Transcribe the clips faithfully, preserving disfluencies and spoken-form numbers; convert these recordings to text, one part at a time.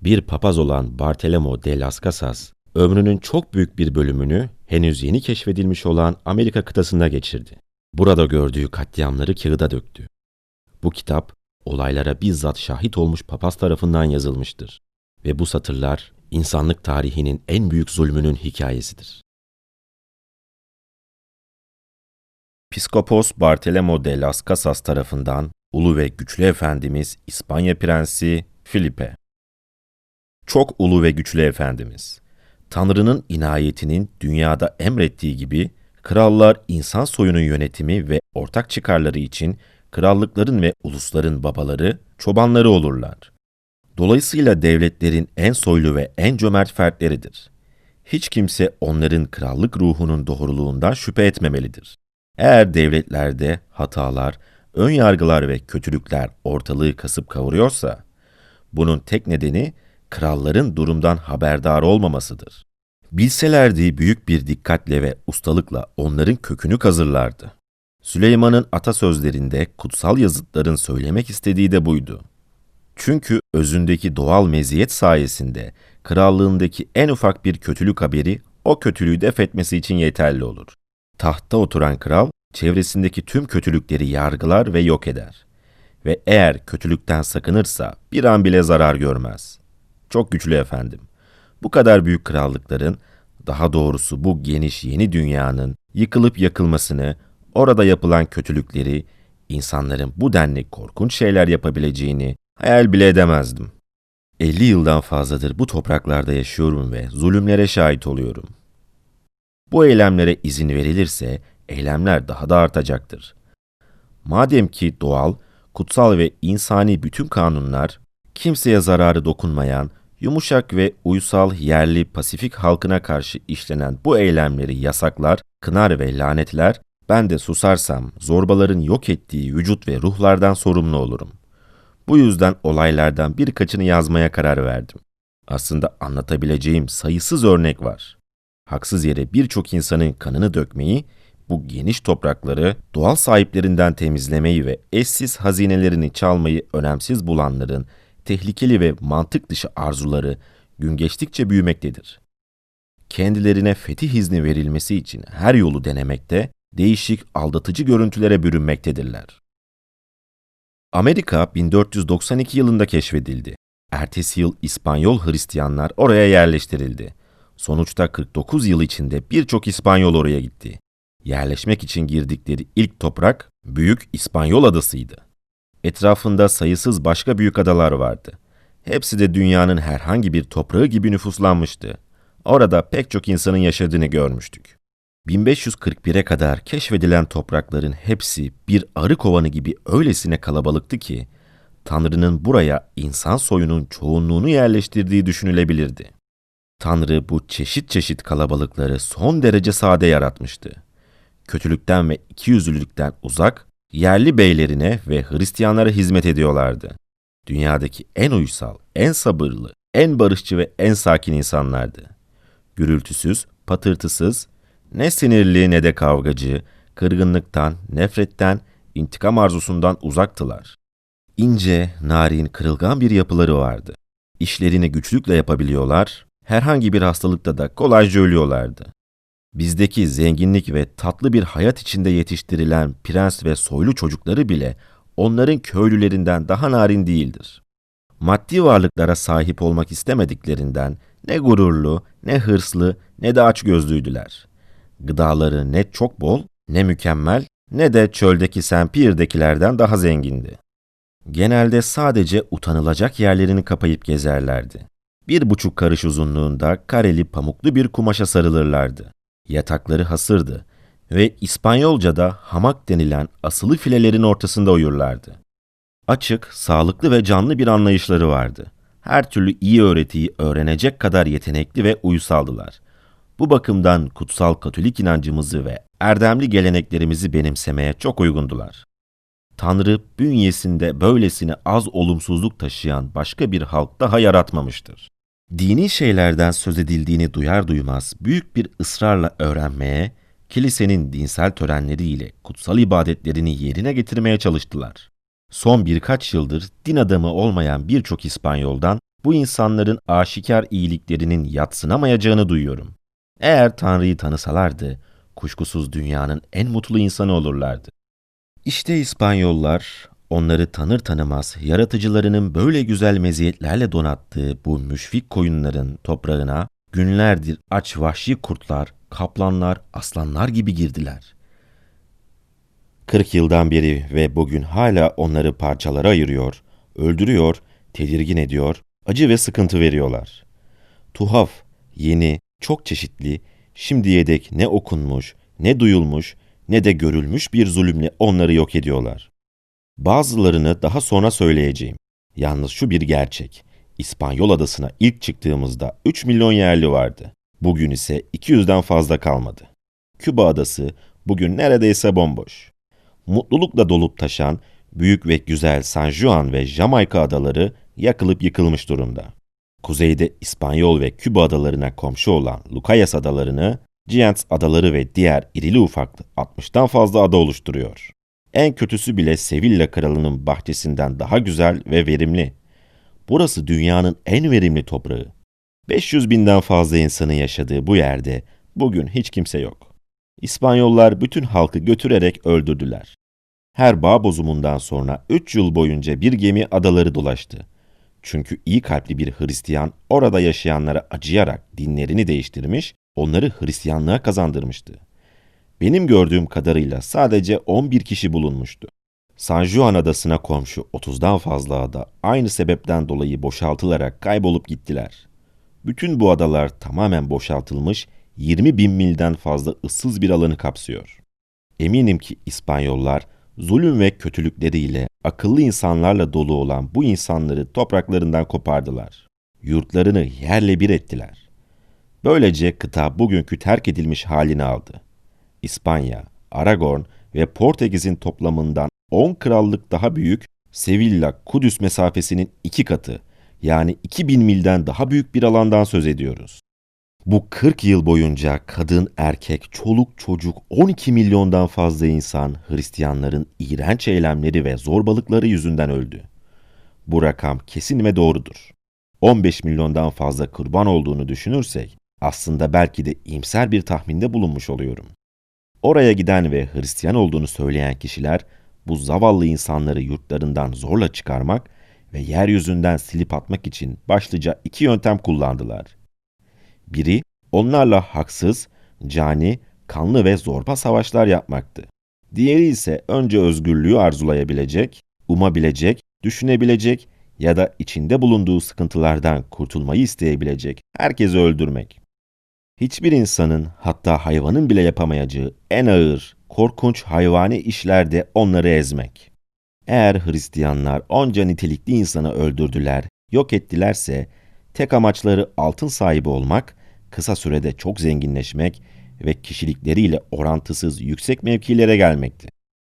Bir papaz olan Bartolomé de las Casas, ömrünün çok büyük bir bölümünü henüz yeni keşfedilmiş olan Amerika kıtasında geçirdi. Burada gördüğü katliamları kağıda döktü. Bu kitap, olaylara bizzat şahit olmuş papaz tarafından yazılmıştır. Ve bu satırlar, insanlık tarihinin en büyük zulmünün hikayesidir. Piskopos Bartolomé de las Casas tarafından ulu ve güçlü efendimiz İspanya Prensi Felipe. Çok ulu ve güçlü efendimiz, Tanrı'nın inayetinin dünyada emrettiği gibi krallar insan soyunun yönetimi ve ortak çıkarları için krallıkların ve ulusların babaları, çobanları olurlar. Dolayısıyla devletlerin en soylu ve en cömert fertleridir. Hiç kimse onların krallık ruhunun doğruluğundan şüphe etmemelidir. Eğer devletlerde hatalar, ön yargılar ve kötülükler ortalığı kasıp kavuruyorsa, bunun tek nedeni kralların durumdan haberdar olmamasıdır. Bilselerdi büyük bir dikkatle ve ustalıkla onların kökünü kazırlardı. Süleyman'ın atasözlerinde kutsal yazıtların söylemek istediği de buydu. Çünkü özündeki doğal meziyet sayesinde krallığındaki en ufak bir kötülük haberi o kötülüğü def etmesi için yeterli olur. Tahtta oturan kral çevresindeki tüm kötülükleri yargılar ve yok eder. Ve eğer kötülükten sakınırsa bir an bile zarar görmez. Çok güçlü efendim. Bu kadar büyük krallıkların, daha doğrusu bu geniş yeni dünyanın yıkılıp yakılmasını, orada yapılan kötülükleri, insanların bu denli korkunç şeyler yapabileceğini hayal bile edemezdim. elli yıldan fazladır bu topraklarda yaşıyorum ve zulümlere şahit oluyorum. Bu eylemlere izin verilirse, eylemler daha da artacaktır. Madem ki doğal, kutsal ve insani bütün kanunlar, kimseye zararı dokunmayan, yumuşak ve uysal yerli Pasifik halkına karşı işlenen bu eylemleri yasaklar, kınar ve lanetler, ben de susarsam zorbaların yok ettiği vücut ve ruhlardan sorumlu olurum. Bu yüzden olaylardan birkaçını yazmaya karar verdim. Aslında anlatabileceğim sayısız örnek var. Haksız yere birçok insanın kanını dökmeyi, bu geniş toprakları doğal sahiplerinden temizlemeyi ve eşsiz hazinelerini çalmayı önemsiz bulanların tehlikeli ve mantık dışı arzuları gün geçtikçe büyümektedir. Kendilerine fetih izni verilmesi için her yolu denemekte, değişik aldatıcı görüntülere bürünmektedirler. Amerika bin dört yüz doksan iki yılında keşfedildi. Ertesi yıl İspanyol Hristiyanlar oraya yerleştirildi. Sonuçta kırk dokuz yıl içinde birçok İspanyol oraya gitti. Yerleşmek için girdikleri ilk toprak Büyük İspanyol Adası'ydı. Etrafında sayısız başka büyük adalar vardı. Hepsi de dünyanın herhangi bir toprağı gibi nüfuslanmıştı. Orada pek çok insanın yaşadığını görmüştük. bin beş yüz kırk bire kadar keşfedilen toprakların hepsi bir arı kovanı gibi öylesine kalabalıktı ki, Tanrı'nın buraya insan soyunun çoğunluğunu yerleştirdiği düşünülebilirdi. Tanrı bu çeşit çeşit kalabalıkları son derece sade yaratmıştı. Kötülükten ve ikiyüzlülükten uzak, yerli beylerine ve Hristiyanlara hizmet ediyorlardı. Dünyadaki en uysal, en sabırlı, en barışçı ve en sakin insanlardı. Gürültüsüz, patırtısız, ne sinirli ne de kavgacı, kırgınlıktan, nefretten, intikam arzusundan uzaktılar. İnce, narin, kırılgan bir yapıları vardı. İşlerini güçlükle yapabiliyorlar, herhangi bir hastalıkta da kolayca ölüyorlardı. Bizdeki zenginlik ve tatlı bir hayat içinde yetiştirilen prens ve soylu çocukları bile onların köylülerinden daha narin değildir. Maddi varlıklara sahip olmak istemediklerinden ne gururlu, ne hırslı, ne de açgözlüydüler. Gıdaları ne çok bol, ne mükemmel, ne de çöldeki Sempir'dekilerden daha zengindi. Genelde sadece utanılacak yerlerini kapayıp gezerlerdi. Bir buçuk karış uzunluğunda kareli pamuklu bir kumaşa sarılırlardı. Yatakları hasırdı ve İspanyolca'da hamak denilen asılı filelerin ortasında uyurlardı. Açık, sağlıklı ve canlı bir anlayışları vardı. Her türlü iyi öğretiyi öğrenecek kadar yetenekli ve uysaldılar. Bu bakımdan kutsal Katolik inancımızı ve erdemli geleneklerimizi benimsemeye çok uygundular. Tanrı bünyesinde böylesine az olumsuzluk taşıyan başka bir halk daha yaratmamıştır. Dini şeylerden söz edildiğini duyar duymaz büyük bir ısrarla öğrenmeye, kilisenin dinsel törenleriyle kutsal ibadetlerini yerine getirmeye çalıştılar. Son birkaç yıldır din adamı olmayan birçok İspanyoldan bu insanların aşikar iyiliklerinin yadsınamayacağını duyuyorum. Eğer Tanrı'yı tanısalardı, kuşkusuz dünyanın en mutlu insanı olurlardı. İşte İspanyollar, onları tanır tanımaz yaratıcılarının böyle güzel meziyetlerle donattığı bu müşfik koyunların toprağına günlerdir aç vahşi kurtlar, kaplanlar, aslanlar gibi girdiler. Kırk yıldan beri ve bugün hala onları parçalara ayırıyor, öldürüyor, tedirgin ediyor, acı ve sıkıntı veriyorlar. Tuhaf, yeni, çok çeşitli, şimdiye dek ne okunmuş, ne duyulmuş, ne de görülmüş bir zulümle onları yok ediyorlar. Bazılarını daha sonra söyleyeceğim. Yalnız şu bir gerçek. İspanyol adasına ilk çıktığımızda üç milyon yerli vardı. Bugün ise iki yüzden fazla kalmadı. Küba adası bugün neredeyse bomboş. Mutlulukla dolup taşan büyük ve güzel San Juan ve Jamaika adaları yakılıp yıkılmış durumda. Kuzeyde İspanyol ve Küba adalarına komşu olan Lucayas adalarını, Giants adaları ve diğer irili ufaklı altmıştan fazla ada oluşturuyor. En kötüsü bile Sevilla kralının bahçesinden daha güzel ve verimli. Burası dünyanın en verimli toprağı. beş yüz binden fazla insanın yaşadığı bu yerde bugün hiç kimse yok. İspanyollar bütün halkı götürerek öldürdüler. Her bağ bozumundan sonra üç yıl boyunca bir gemi adaları dolaştı. Çünkü iyi kalpli bir Hristiyan orada yaşayanlara acıyarak dinlerini değiştirmiş, onları Hristiyanlığa kazandırmıştı. Benim gördüğüm kadarıyla sadece on bir kişi bulunmuştu. San Juan adasına komşu otuzdan fazla ada aynı sebepten dolayı boşaltılarak kaybolup gittiler. Bütün bu adalar tamamen boşaltılmış, yirmi bin milden fazla ıssız bir alanı kapsıyor. Eminim ki İspanyollar, zulüm ve kötülükleriyle akıllı insanlarla dolu olan bu insanları topraklarından kopardılar. Yurtlarını yerle bir ettiler. Böylece kıta bugünkü terk edilmiş halini aldı. İspanya, Aragon ve Portekiz'in toplamından on krallık daha büyük, Sevilla-Kudüs mesafesinin iki katı, yani iki bin milden daha büyük bir alandan söz ediyoruz. Bu kırk yıl boyunca kadın, erkek, çoluk, çocuk on iki milyondan fazla insan Hristiyanların iğrenç eylemleri ve zorbalıkları yüzünden öldü. Bu rakam kesin ve doğrudur. on beş milyondan fazla kurban olduğunu düşünürsek, aslında belki de iyimser bir tahminde bulunmuş oluyorum. Oraya giden ve Hristiyan olduğunu söyleyen kişiler, bu zavallı insanları yurtlarından zorla çıkarmak ve yeryüzünden silip atmak için başlıca iki yöntem kullandılar. Biri, onlarla haksız, cani, kanlı ve zorba savaşlar yapmaktı. Diğeri ise önce özgürlüğü arzulayabilecek, umabilecek, düşünebilecek ya da içinde bulunduğu sıkıntılardan kurtulmayı isteyebilecek herkesi öldürmek. Hiçbir insanın, hatta hayvanın bile yapamayacağı en ağır, korkunç hayvani işlerde onları ezmek. Eğer Hristiyanlar onca nitelikli insanı öldürdüler, yok ettilerse, tek amaçları altın sahibi olmak, kısa sürede çok zenginleşmek ve kişilikleriyle orantısız yüksek mevkilere gelmekti.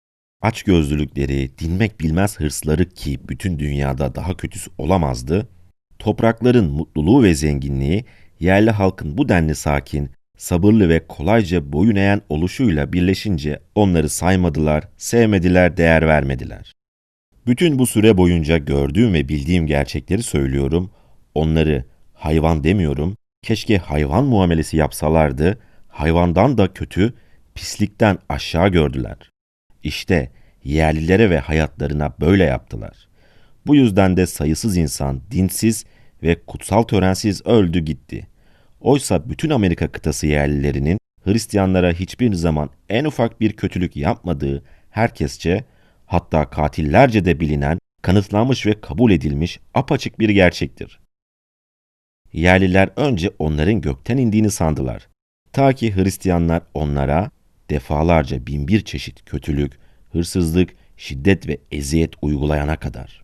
Açgözlülükleri, dinmek bilmez hırsları ki bütün dünyada daha kötüsü olamazdı, toprakların mutluluğu ve zenginliği, yerli halkın bu denli sakin, sabırlı ve kolayca boyun eğen oluşuyla birleşince onları saymadılar, sevmediler, değer vermediler. Bütün bu süre boyunca gördüğüm ve bildiğim gerçekleri söylüyorum, onları hayvan demiyorum, keşke hayvan muamelesi yapsalardı, hayvandan da kötü, pislikten aşağı gördüler. İşte yerlilere ve hayatlarına böyle yaptılar. Bu yüzden de sayısız insan dinsiz ve kutsal törensiz öldü gitti. Oysa bütün Amerika kıtası yerlilerinin Hristiyanlara hiçbir zaman en ufak bir kötülük yapmadığı herkesçe, hatta katillerce de bilinen, kanıtlanmış ve kabul edilmiş apaçık bir gerçektir. Yerliler önce onların gökten indiğini sandılar. Ta ki Hristiyanlar onlara defalarca binbir çeşit kötülük, hırsızlık, şiddet ve eziyet uygulayana kadar.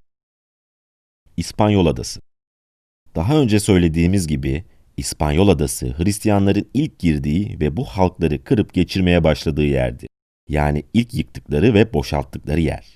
İspanyol Adası. Daha önce söylediğimiz gibi İspanyol Adası Hristiyanların ilk girdiği ve bu halkları kırıp geçirmeye başladığı yerdi. Yani ilk yıktıkları ve boşalttıkları yer.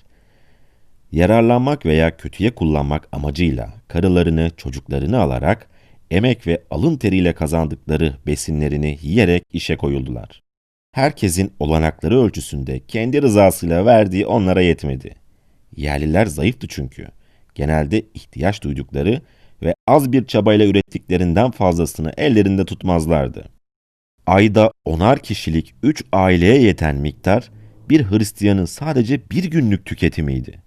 Yararlanmak veya kötüye kullanmak amacıyla karılarını, çocuklarını alarak emek ve alın teriyle kazandıkları besinlerini yiyerek işe koyuldular. Herkesin olanakları ölçüsünde kendi rızasıyla verdiği onlara yetmedi. Yerliler zayıftı çünkü. Genelde ihtiyaç duydukları ve az bir çabayla ürettiklerinden fazlasını ellerinde tutmazlardı. Ayda onar kişilik üç aileye yeten miktar, bir Hristiyanın sadece bir günlük tüketimiydi.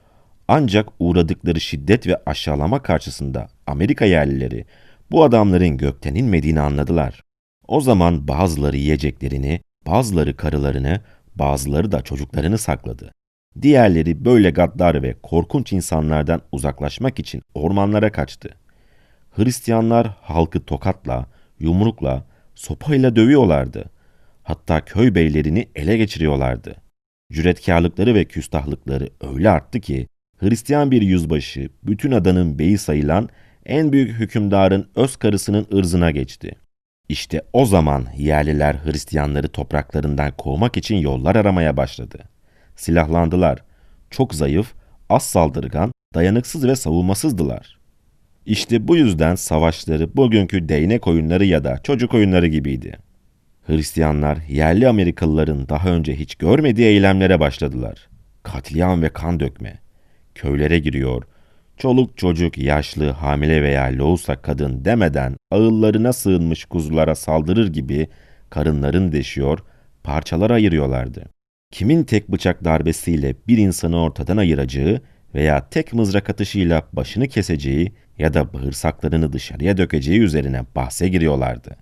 Ancak uğradıkları şiddet ve aşağılama karşısında Amerika yerlileri bu adamların gökten inmediğini anladılar. O zaman bazıları yiyeceklerini, bazıları karılarını, bazıları da çocuklarını sakladı. Diğerleri böyle gaddar ve korkunç insanlardan uzaklaşmak için ormanlara kaçtı. Hristiyanlar halkı tokatla, yumrukla, sopayla dövüyorlardı. Hatta köy beylerini ele geçiriyorlardı. Cüretkarlıkları ve küstahlıkları öyle arttı ki, Hristiyan bir yüzbaşı, bütün adanın beyi sayılan en büyük hükümdarın öz karısının ırzına geçti. İşte o zaman yerliler Hristiyanları topraklarından kovmak için yollar aramaya başladı. Silahlandılar. Çok zayıf, az saldırgan, dayanıksız ve savunmasızdılar. İşte bu yüzden savaşları bugünkü değnek oyunları ya da çocuk oyunları gibiydi. Hristiyanlar yerli Amerikalıların daha önce hiç görmediği eylemlere başladılar. Katliam ve kan dökme. Köylere giriyor, çoluk çocuk, yaşlı, hamile veya loğusa kadın demeden ağıllarına sığınmış kuzulara saldırır gibi karınlarını deşiyor, parçalara ayırıyorlardı. Kimin tek bıçak darbesiyle bir insanı ortadan ayıracağı veya tek mızrak atışıyla başını keseceği ya da bağırsaklarını dışarıya dökeceği üzerine bahse giriyorlardı.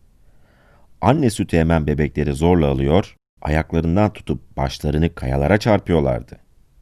Anne sütü emen bebekleri zorla alıyor, ayaklarından tutup başlarını kayalara çarpıyorlardı.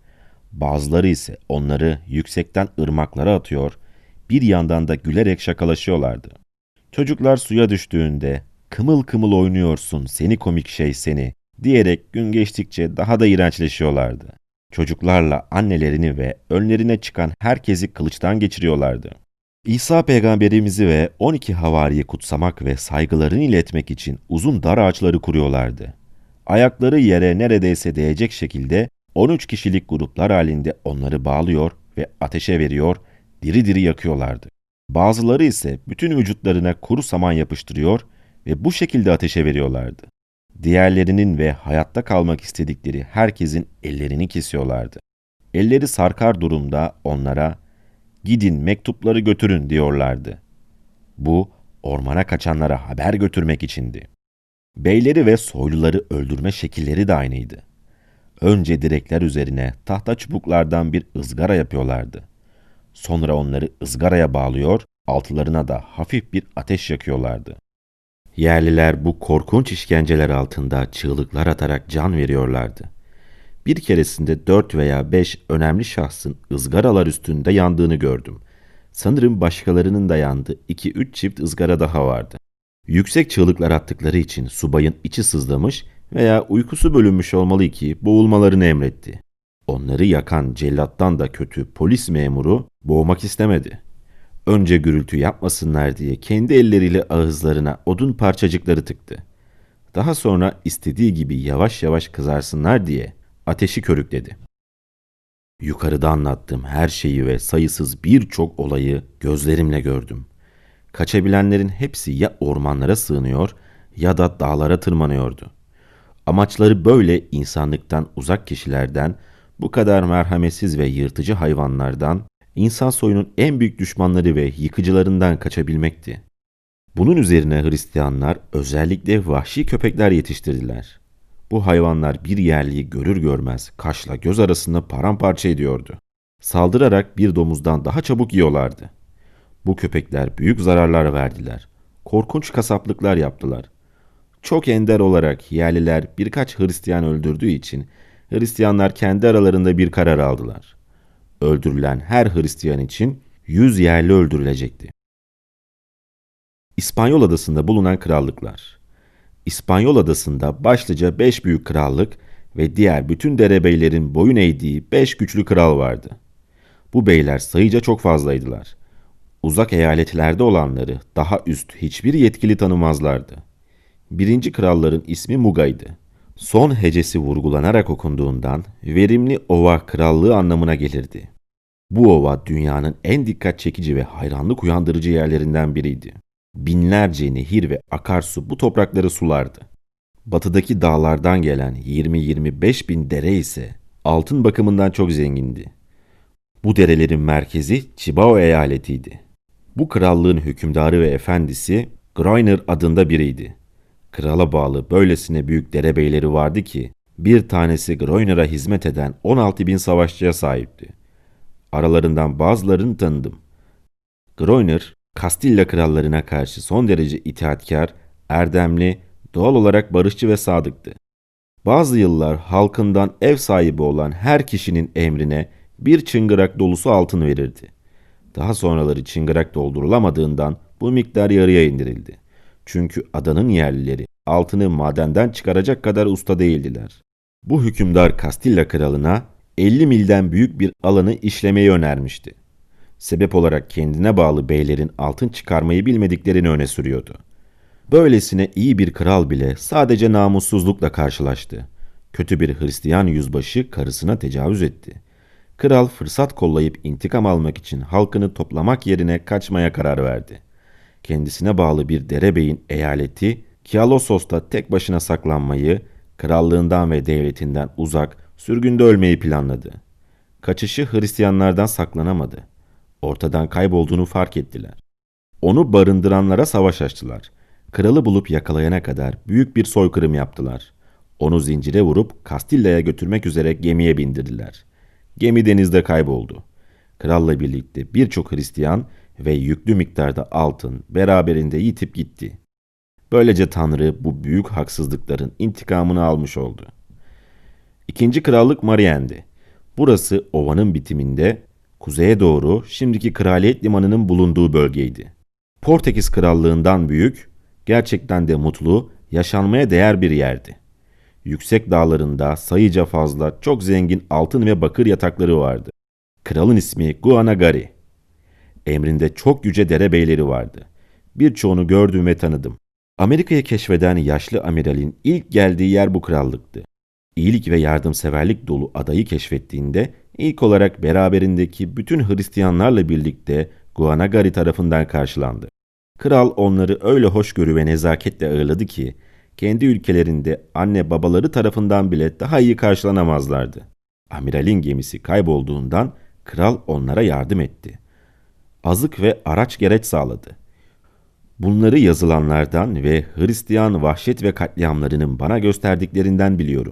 Bazıları ise onları yüksekten ırmaklara atıyor, bir yandan da gülerek şakalaşıyorlardı. Çocuklar suya düştüğünde "kımıl kımıl oynuyorsun seni komik şey seni" diyerek gün geçtikçe daha da iğrençleşiyorlardı. Çocuklarla annelerini ve önlerine çıkan herkesi kılıçtan geçiriyorlardı. İsa peygamberimizi ve on iki havariyi kutsamak ve saygılarını iletmek için uzun dar ağaçları kuruyorlardı. Ayakları yere neredeyse değecek şekilde on üç kişilik gruplar halinde onları bağlıyor ve ateşe veriyor, diri diri yakıyorlardı. Bazıları ise bütün vücutlarına kuru saman yapıştırıyor ve bu şekilde ateşe veriyorlardı. Diğerlerinin ve hayatta kalmak istedikleri herkesin ellerini kesiyorlardı. Elleri sarkar durumda onlara "gidin mektupları götürün" diyorlardı. Bu ormana kaçanlara haber götürmek içindi. Beyleri ve soyluları öldürme şekilleri de aynıydı. Önce direkler üzerine tahta çubuklardan bir ızgara yapıyorlardı. Sonra onları ızgaraya bağlıyor, altlarına da hafif bir ateş yakıyorlardı. Yerliler bu korkunç işkenceler altında çığlıklar atarak can veriyorlardı. Bir keresinde dört veya beş önemli şahsın ızgaralar üstünde yandığını gördüm. Sanırım başkalarının da yandığı iki üç çift ızgara daha vardı. Yüksek çığlıklar attıkları için subayın içi sızlamış veya uykusu bölünmüş olmalı ki boğulmalarını emretti. Onları yakan cellattan da kötü polis memuru boğmak istemedi. Önce gürültü yapmasınlar diye kendi elleriyle ağızlarına odun parçacıkları tıktı. Daha sonra istediği gibi yavaş yavaş kızarsınlar diye ateşi körükledi. Yukarıda anlattığım her şeyi ve sayısız birçok olayı gözlerimle gördüm. Kaçabilenlerin hepsi ya ormanlara sığınıyor ya da dağlara tırmanıyordu. Amaçları böyle insanlıktan uzak kişilerden, bu kadar merhametsiz ve yırtıcı hayvanlardan, insan soyunun en büyük düşmanları ve yıkıcılarından kaçabilmekti. Bunun üzerine Hristiyanlar özellikle vahşi köpekler yetiştirdiler. Bu hayvanlar bir yerliyi görür görmez kaşla göz arasında paramparça ediyordu. Saldırarak bir domuzdan daha çabuk yiyorlardı. Bu köpekler büyük zararlar verdiler. Korkunç kasaplıklar yaptılar. Çok ender olarak yerliler birkaç Hristiyan öldürdüğü için Hristiyanlar kendi aralarında bir karar aldılar. Öldürülen her Hristiyan için yüz yerli öldürülecekti. İspanyol adasında bulunan krallıklar. İspanyol adasında başlıca beş büyük krallık ve diğer bütün derebeylerin boyun eğdiği beş güçlü kral vardı. Bu beyler sayıca çok fazlaydılar. Uzak eyaletlerde olanları daha üst hiçbir yetkili tanımazlardı. Birinci kralların ismi Muga'ydı. Son hecesi vurgulanarak okunduğundan verimli ova krallığı anlamına gelirdi. Bu ova dünyanın en dikkat çekici ve hayranlık uyandırıcı yerlerinden biriydi. Binlerce nehir ve akarsu bu toprakları sulardı. Batıdaki dağlardan gelen yirmi yirmi beş bin dere ise altın bakımından çok zengindi. Bu derelerin merkezi Cibao eyaletiydi. Bu krallığın hükümdarı ve efendisi Gröner adında biriydi. Krala bağlı böylesine büyük derebeyleri vardı ki bir tanesi Gröner'a hizmet eden on altı bin savaşçıya sahipti. Aralarından bazılarını tanıdım. Gröner, Kastilla krallarına karşı son derece itaatkar, erdemli, doğal olarak barışçı ve sadıktı. Bazı yıllar halkından ev sahibi olan her kişinin emrine bir çıngırak dolusu altın verirdi. Daha sonraları çıngırak doldurulamadığından bu miktar yarıya indirildi. Çünkü adanın yerlileri altını madenden çıkaracak kadar usta değildiler. Bu hükümdar Kastilla kralına elli milden büyük bir alanı işlemeyi önermişti. Sebep olarak kendine bağlı beylerin altın çıkarmayı bilmediklerini öne sürüyordu. Böylesine iyi bir kral bile sadece namussuzlukla karşılaştı. Kötü bir Hristiyan yüzbaşı karısına tecavüz etti. Kral fırsat kollayıp intikam almak için halkını toplamak yerine kaçmaya karar verdi. Kendisine bağlı bir derebeyin eyaleti Kialosos'ta tek başına saklanmayı, krallığından ve devletinden uzak, sürgünde ölmeyi planladı. Kaçışı Hristiyanlardan saklanamadı. Ortadan kaybolduğunu fark ettiler. Onu barındıranlara savaş açtılar. Kralı bulup yakalayana kadar büyük bir soykırım yaptılar. Onu zincire vurup Kastilla'ya götürmek üzere gemiye bindirdiler. Gemi denizde kayboldu. Kralla birlikte birçok Hristiyan ve yüklü miktarda altın beraberinde yitip gitti. Böylece Tanrı bu büyük haksızlıkların intikamını almış oldu. İkinci krallık Marien'di. Burası ovanın bitiminde, kuzeye doğru şimdiki Kraliyet Limanı'nın bulunduğu bölgeydi. Portekiz krallığından büyük, gerçekten de mutlu, yaşanmaya değer bir yerdi. Yüksek dağlarında sayıca fazla çok zengin altın ve bakır yatakları vardı. Kralın ismi Guanagari. Emrinde çok yüce derebeyleri vardı. Birçoğunu gördüm ve tanıdım. Amerika'yı keşfeden yaşlı amiralin ilk geldiği yer bu krallıktı. İyilik ve yardımseverlik dolu adayı keşfettiğinde ilk olarak beraberindeki bütün Hristiyanlarla birlikte Guanagari tarafından karşılandı. Kral onları öyle hoşgörü ve nezaketle ağırladı ki kendi ülkelerinde anne babaları tarafından bile daha iyi karşılanamazlardı. Amiralin gemisi kaybolduğundan kral onlara yardım etti. Azık ve araç gereç sağladı. Bunları yazılanlardan ve Hristiyan vahşet ve katliamlarının bana gösterdiklerinden biliyorum.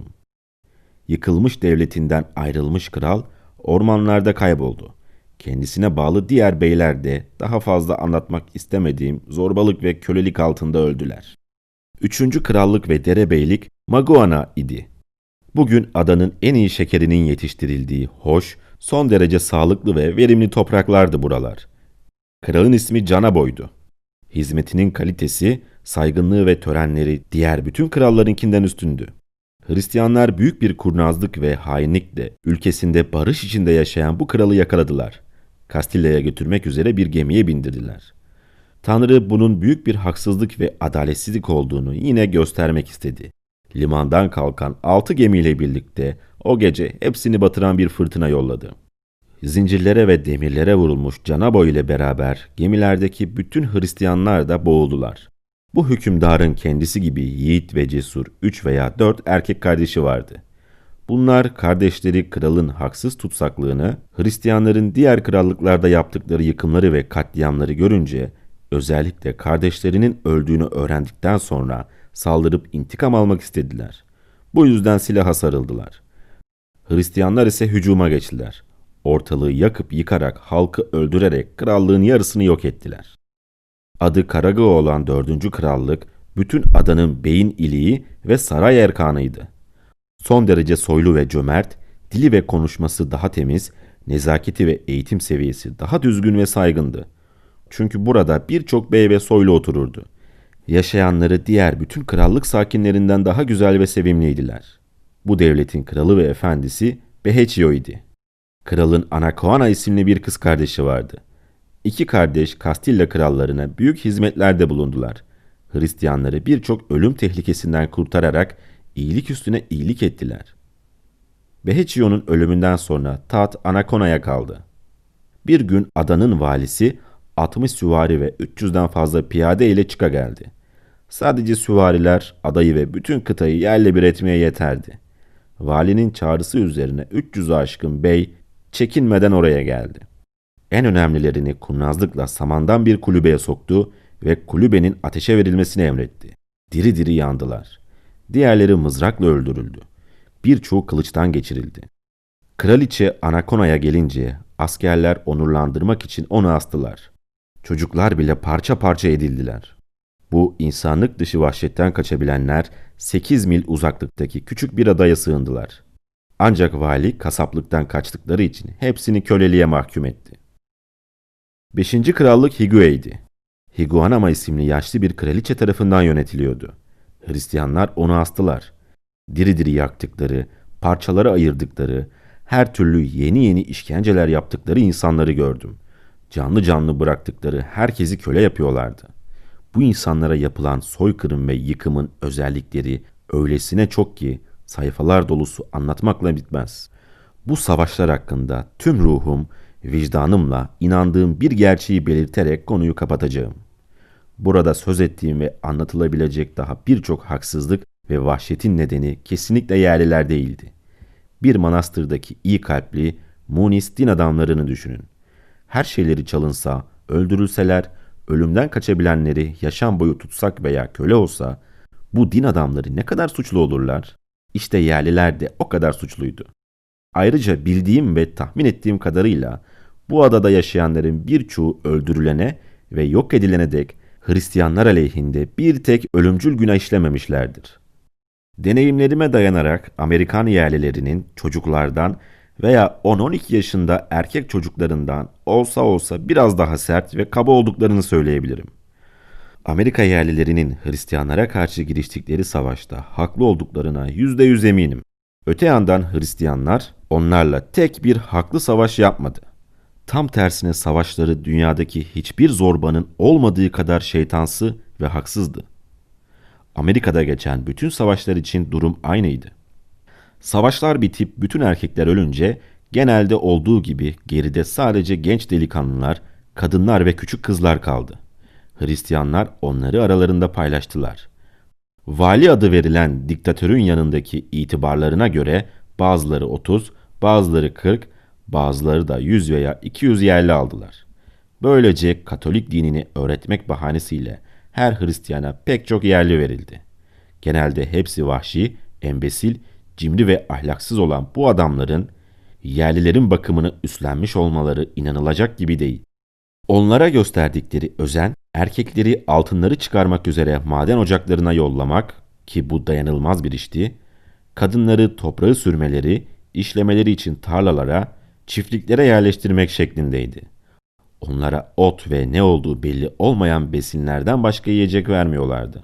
Yıkılmış devletinden ayrılmış kral ormanlarda kayboldu. Kendisine bağlı diğer beyler de daha fazla anlatmak istemediğim zorbalık ve kölelik altında öldüler. Üçüncü krallık ve derebeylik Maguana idi. Bugün adanın en iyi şekerinin yetiştirildiği hoş, son derece sağlıklı ve verimli topraklardı buralar. Kralın ismi Canaboy'du. Hizmetinin kalitesi, saygınlığı ve törenleri diğer bütün krallarınkinden üstündü. Hristiyanlar büyük bir kurnazlık ve hainlikle ülkesinde barış içinde yaşayan bu kralı yakaladılar. Kastilla'ya götürmek üzere bir gemiye bindirdiler. Tanrı bunun büyük bir haksızlık ve adaletsizlik olduğunu yine göstermek istedi. Limandan kalkan altı gemiyle birlikte o gece hepsini batıran bir fırtına yolladı. Zincirlere ve demirlere vurulmuş Canaboy ile beraber gemilerdeki bütün Hristiyanlar da boğuldular. Bu hükümdarın kendisi gibi yiğit ve cesur üç veya dört erkek kardeşi vardı. Bunlar kardeşleri kralın haksız tutsaklığını, Hristiyanların diğer krallıklarda yaptıkları yıkımları ve katliamları görünce, özellikle kardeşlerinin öldüğünü öğrendikten sonra saldırıp intikam almak istediler. Bu yüzden silaha sarıldılar. Hristiyanlar ise hücuma geçtiler. Ortalığı yakıp yıkarak halkı öldürerek krallığın yarısını yok ettiler. Adı Karaga olan dördüncü krallık, bütün adanın beyin iliği ve saray erkanıydı. Son derece soylu ve cömert, dili ve konuşması daha temiz, nezaketi ve eğitim seviyesi daha düzgün ve saygındı. Çünkü burada birçok bey ve soylu otururdu. Yaşayanları diğer bütün krallık sakinlerinden daha güzel ve sevimliydiler. Bu devletin kralı ve efendisi Behechio idi. Kralın Anacaona isimli bir kız kardeşi vardı. İki kardeş Kastilla krallarına büyük hizmetlerde bulundular. Hristiyanları birçok ölüm tehlikesinden kurtararak iyilik üstüne iyilik ettiler. Behechio'nun ölümünden sonra taht Anacaona'ya kaldı. Bir gün adanın valisi altmış süvari ve üç yüzden fazla piyade ile çıka geldi. Sadece süvariler adayı ve bütün kıtayı yerle bir etmeye yeterdi. Valinin çağrısı üzerine üç yüzü aşkın bey çekinmeden oraya geldi. En önemlilerini kurnazlıkla samandan bir kulübeye soktu ve kulübenin ateşe verilmesini emretti. Diri diri yandılar. Diğerleri mızrakla öldürüldü. Birçoğu kılıçtan geçirildi. Kraliçe Anakona'ya gelince askerler onurlandırmak için onu astılar. Çocuklar bile parça parça edildiler. Bu insanlık dışı vahşetten kaçabilenler sekiz mil uzaklıktaki küçük bir adaya sığındılar. Ancak vali kasaplıktan kaçtıkları için hepsini köleliğe mahkum etti. Beşinci krallık Higue'ydi. Higuanama isimli yaşlı bir kraliçe tarafından yönetiliyordu. Hristiyanlar onu astılar. Diri diri yaktıkları, parçalara ayırdıkları, her türlü yeni yeni işkenceler yaptıkları insanları gördüm. Canlı canlı bıraktıkları herkesi köle yapıyorlardı. Bu insanlara yapılan soykırım ve yıkımın özellikleri öylesine çok ki sayfalar dolusu anlatmakla bitmez. Bu savaşlar hakkında tüm ruhum, vicdanımla inandığım bir gerçeği belirterek konuyu kapatacağım. Burada söz ettiğim ve anlatılabilecek daha birçok haksızlık ve vahşetin nedeni kesinlikle yerliler değildi. Bir manastırdaki iyi kalpli, munis din adamlarını düşünün. Her şeyleri çalınsa, öldürülseler, ölümden kaçabilenleri yaşam boyu tutsak veya köle olsa, bu din adamları ne kadar suçlu olurlar? İşte yerliler de o kadar suçluydu. Ayrıca bildiğim ve tahmin ettiğim kadarıyla bu adada yaşayanların birçoğu öldürülene ve yok edilene dek Hristiyanlar aleyhinde bir tek ölümcül günah işlememişlerdir. Deneyimlerime dayanarak Amerikan yerlilerinin çocuklardan veya on on iki yaşında erkek çocuklarından olsa olsa biraz daha sert ve kaba olduklarını söyleyebilirim. Amerika yerlilerinin Hristiyanlara karşı giriştikleri savaşta haklı olduklarına yüzde yüz eminim. Öte yandan Hristiyanlar onlarla tek bir haklı savaş yapmadı. Tam tersine savaşları dünyadaki hiçbir zorbanın olmadığı kadar şeytansı ve haksızdı. Amerika'da geçen bütün savaşlar için durum aynıydı. Savaşlar bitip bütün erkekler ölünce genelde olduğu gibi geride sadece genç delikanlılar, kadınlar ve küçük kızlar kaldı. Hristiyanlar onları aralarında paylaştılar. Vali adı verilen diktatörün yanındaki itibarlarına göre bazıları otuz, bazıları kırk, bazıları da yüz veya iki yüz yerli aldılar. Böylece Katolik dinini öğretmek bahanesiyle her Hristiyana pek çok yerli verildi. Genelde hepsi vahşi, embesil, cimri ve ahlaksız olan bu adamların yerlilerin bakımını üstlenmiş olmaları inanılacak gibi değil. Onlara gösterdikleri özen, erkekleri altınları çıkarmak üzere maden ocaklarına yollamak ki bu dayanılmaz bir işti, kadınları toprağı sürmeleri, işlemeleri için tarlalara, çiftliklere yerleştirmek şeklindeydi. Onlara ot ve ne olduğu belli olmayan besinlerden başka yiyecek vermiyorlardı.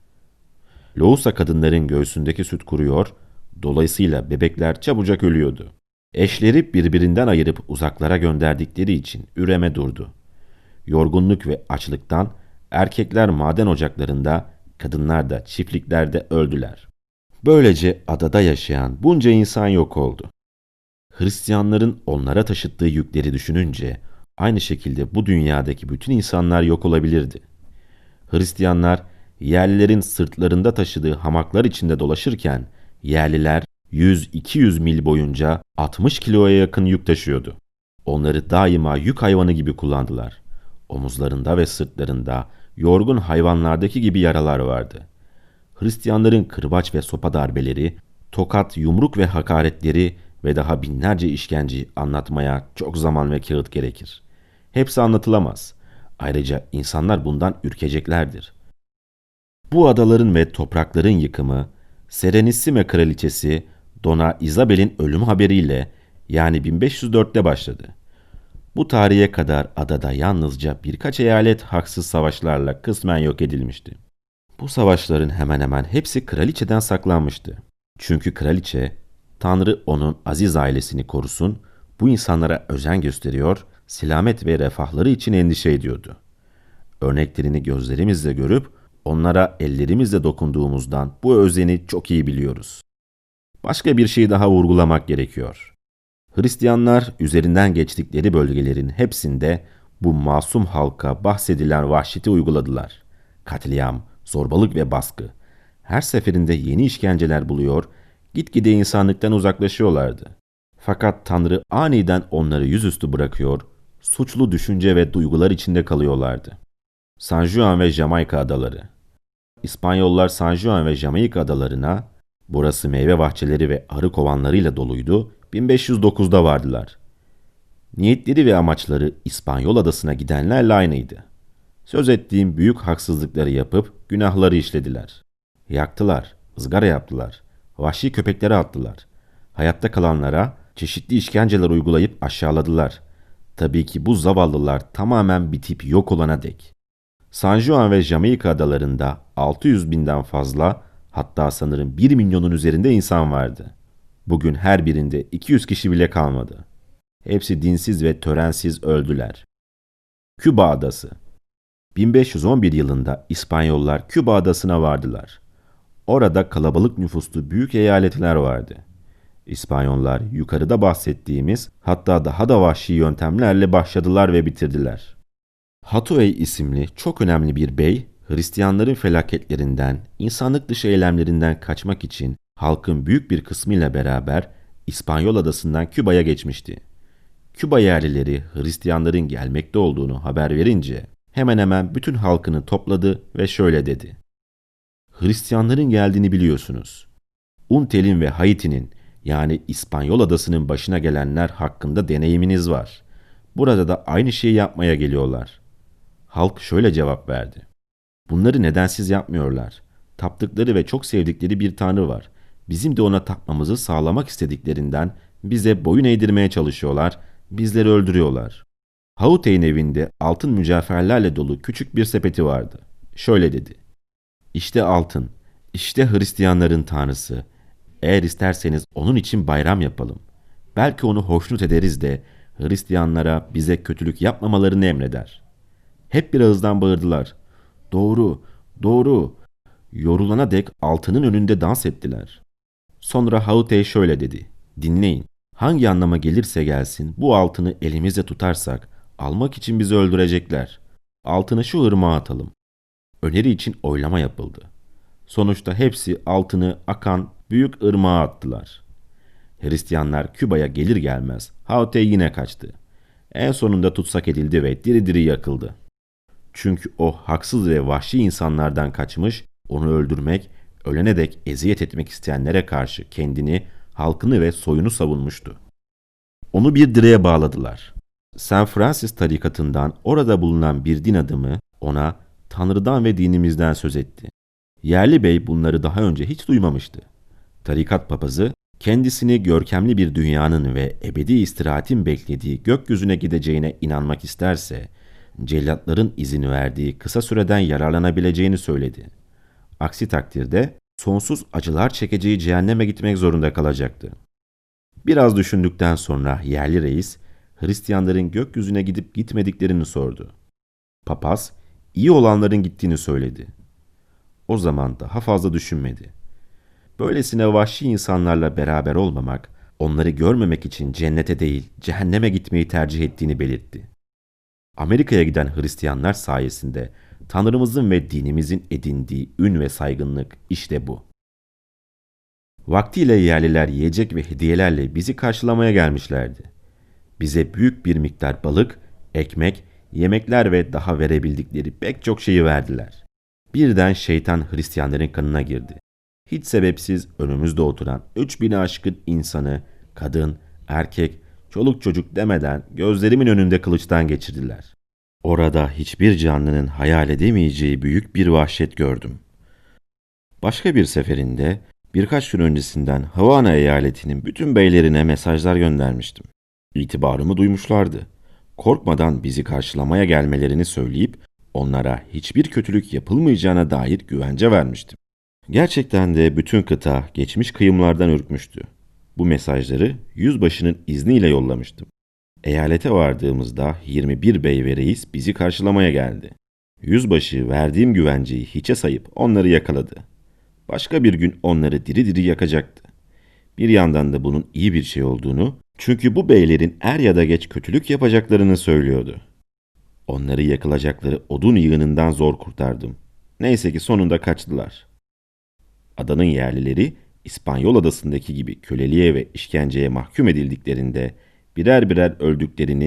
Loğusa kadınların göğsündeki süt kuruyor, dolayısıyla bebekler çabucak ölüyordu. Eşleri birbirinden ayırıp uzaklara gönderdikleri için üreme durdu. Yorgunluk ve açlıktan erkekler maden ocaklarında, kadınlar da çiftliklerde öldüler. Böylece adada yaşayan bunca insan yok oldu. Hristiyanların onlara taşıttığı yükleri düşününce aynı şekilde bu dünyadaki bütün insanlar yok olabilirdi. Hristiyanlar yerlilerin sırtlarında taşıdığı hamaklar içinde dolaşırken yerliler yüz iki yüz mil boyunca altmış kiloya yakın yük taşıyordu. Onları daima yük hayvanı gibi kullandılar. Omuzlarında ve sırtlarında yorgun hayvanlardaki gibi yaralar vardı. Hristiyanların kırbaç ve sopa darbeleri, tokat, yumruk ve hakaretleri ve daha binlerce işkenceyi anlatmaya çok zaman ve kağıt gerekir. Hepsi anlatılamaz. Ayrıca insanlar bundan ürkeceklerdir. Bu adaların ve toprakların yıkımı, Serenissime kraliçesi Dona Isabel'in ölüm haberiyle yani bin beş yüz dörtte başladı. Bu tarihe kadar adada yalnızca birkaç eyalet haksız savaşlarla kısmen yok edilmişti. Bu savaşların hemen hemen hepsi kraliçeden saklanmıştı. Çünkü kraliçe, Tanrı onun aziz ailesini korusun, bu insanlara özen gösteriyor, selamet ve refahları için endişe ediyordu. Örneklerini gözlerimizle görüp onlara ellerimizle dokunduğumuzdan bu özeni çok iyi biliyoruz. Başka bir şey daha vurgulamak gerekiyor. Hristiyanlar üzerinden geçtikleri bölgelerin hepsinde bu masum halka bahsedilen vahşeti uyguladılar. Katliam, zorbalık ve baskı. Her seferinde yeni işkenceler buluyor, gitgide insanlıktan uzaklaşıyorlardı. Fakat Tanrı aniden onları yüzüstü bırakıyor, suçlu düşünce ve duygular içinde kalıyorlardı. San Juan ve Jamaika adaları. İspanyollar San Juan ve Jamaika adalarına, burası meyve bahçeleri ve arı kovanlarıyla doluydu, bin beş yüz dokuzda vardılar. Niyetleri ve amaçları İspanyol adasına gidenlerle aynıydı. Söz ettiğim büyük haksızlıkları yapıp günahları işlediler. Yaktılar, ızgara yaptılar, vahşi köpeklere attılar. Hayatta kalanlara çeşitli işkenceler uygulayıp aşağıladılar. Tabii ki bu zavallılar tamamen bitip yok olana dek. San Juan ve Jamaika adalarında altı yüz binden fazla, hatta sanırım bir milyonun üzerinde insan vardı. Bugün her birinde iki yüz kişi bile kalmadı. Hepsi dinsiz ve törensiz öldüler. Küba Adası. bin beş yüz on bir yılında İspanyollar Küba Adası'na vardılar. Orada kalabalık nüfuslu büyük eyaletler vardı. İspanyollar yukarıda bahsettiğimiz, hatta daha da vahşi yöntemlerle başladılar ve bitirdiler. Hatuey isimli çok önemli bir bey, Hristiyanların felaketlerinden, insanlık dışı eylemlerinden kaçmak için halkın büyük bir kısmıyla beraber İspanyol adasından Küba'ya geçmişti. Küba yerlileri Hristiyanların gelmekte olduğunu haber verince hemen hemen bütün halkını topladı ve şöyle dedi: Hristiyanların geldiğini biliyorsunuz. Untel'in ve Haiti'nin, yani İspanyol adasının başına gelenler hakkında deneyiminiz var. Burada da aynı şeyi yapmaya geliyorlar. Halk şöyle cevap verdi: Bunları nedensiz yapmıyorlar. Taptıkları ve çok sevdikleri bir tanrı var. Bizim de ona tapmamızı sağlamak istediklerinden bize boyun eğdirmeye çalışıyorlar, bizleri öldürüyorlar. Hautey'in evinde altın mücevherlerle dolu küçük bir sepeti vardı. Şöyle dedi: İşte altın, işte Hristiyanların tanrısı. Eğer isterseniz onun için bayram yapalım. Belki onu hoşnut ederiz de Hristiyanlara bize kötülük yapmamalarını emreder. Hep bir ağızdan bağırdılar: Doğru, doğru. Yorulana dek altının önünde dans ettiler. Sonra Hautey şöyle dedi: Dinleyin. Hangi anlama gelirse gelsin bu altını elimizde tutarsak almak için bizi öldürecekler. Altını şu ırmağa atalım. Öneri için oylama yapıldı. Sonuçta hepsi altını akan büyük ırmağa attılar. Hristiyanlar Küba'ya gelir gelmez Hautey yine kaçtı. En sonunda tutsak edildi ve diri diri yakıldı. Çünkü o haksız ve vahşi insanlardan kaçmış, onu öldürmek, ölene dek eziyet etmek isteyenlere karşı kendini, halkını ve soyunu savunmuştu. Onu bir direğe bağladılar. Saint Francis tarikatından orada bulunan bir din adamı ona Tanrı'dan ve dinimizden söz etti. Yerli bey bunları daha önce hiç duymamıştı. Tarikat papazı kendisini görkemli bir dünyanın ve ebedi istirahatin beklediği gökyüzüne gideceğine inanmak isterse, cellatların izin verdiği kısa süreden yararlanabileceğini söyledi. Aksi takdirde sonsuz acılar çekeceği cehenneme gitmek zorunda kalacaktı. Biraz düşündükten sonra yerli reis, Hristiyanların gökyüzüne gidip gitmediklerini sordu. Papaz, iyi olanların gittiğini söyledi. O zaman daha fazla düşünmedi. Böylesine vahşi insanlarla beraber olmamak, onları görmemek için cennete değil, cehenneme gitmeyi tercih ettiğini belirtti. Amerika'ya giden Hristiyanlar sayesinde Tanrımızın ve dinimizin edindiği ün ve saygınlık işte bu. Vaktiyle yerliler yiyecek ve hediyelerle bizi karşılamaya gelmişlerdi. Bize büyük bir miktar balık, ekmek, yemekler ve daha verebildikleri pek çok şeyi verdiler. Birden şeytan Hristiyanların kanına girdi. Hiç sebepsiz önümüzde oturan üç bini aşkın insanı, kadın, erkek, çoluk çocuk demeden gözlerimin önünde kılıçtan geçirdiler. Orada hiçbir canlının hayal edemeyeceği büyük bir vahşet gördüm. Başka bir seferinde birkaç gün öncesinden Havana eyaletinin bütün beylerine mesajlar göndermiştim. İtibarımı duymuşlardı. Korkmadan bizi karşılamaya gelmelerini söyleyip onlara hiçbir kötülük yapılmayacağına dair güvence vermiştim. Gerçekten de bütün kıta geçmiş kıyımlardan ürkmüştü. Bu mesajları yüzbaşının izniyle yollamıştım. Eyalete vardığımızda yirmi bir bey ve reis bizi karşılamaya geldi. Yüzbaşı verdiğim güvenceyi hiçe sayıp onları yakaladı. Başka bir gün onları diri diri yakacaktı. Bir yandan da bunun iyi bir şey olduğunu, çünkü bu beylerin er ya da geç kötülük yapacaklarını söylüyordu. Onları yakılacakları odun yığınından zor kurtardım. Neyse ki sonunda kaçtılar. Adanın yerlileri İspanyol adasındaki gibi köleliğe ve işkenceye mahkum edildiklerinde birer birer öldüklerini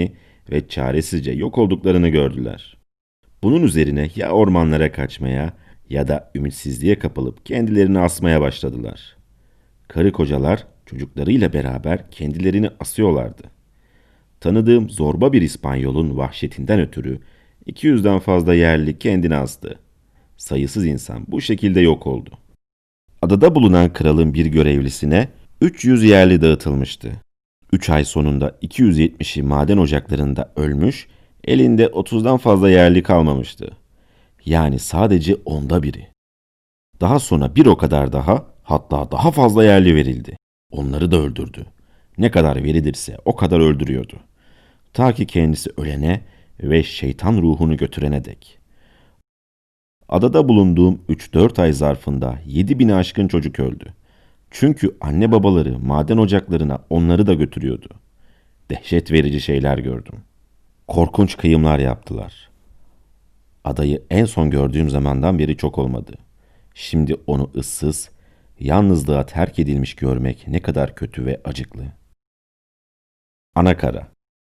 ve çaresizce yok olduklarını gördüler. Bunun üzerine ya ormanlara kaçmaya ya da ümitsizliğe kapılıp kendilerini asmaya başladılar. Karı kocalar çocuklarıyla beraber kendilerini asıyorlardı. Tanıdığım zorba bir İspanyol'un vahşetinden ötürü iki yüzden fazla yerli kendini astı. Sayısız insan bu şekilde yok oldu. Adada bulunan kralın bir görevlisine üç yüz yerli dağıtılmıştı. üç ay sonunda iki yüz yetmişi maden ocaklarında ölmüş, elinde otuzdan fazla yerli kalmamıştı. Yani sadece onda biri. Daha sonra bir o kadar daha, hatta daha fazla yerli verildi. Onları da öldürdü. Ne kadar verilirse o kadar öldürüyordu. Ta ki kendisi ölene ve şeytan ruhunu götürene dek. Adada bulunduğum üç dört ay zarfında yedi bini aşkın çocuk öldü. Çünkü anne babaları maden ocaklarına onları da götürüyordu. Dehşet verici şeyler gördüm. Korkunç kıyımlar yaptılar. Adayı en son gördüğüm zamandan beri çok olmadı. Şimdi onu ıssız, yalnızlığa terk edilmiş görmek ne kadar kötü ve acıklı. Anakara.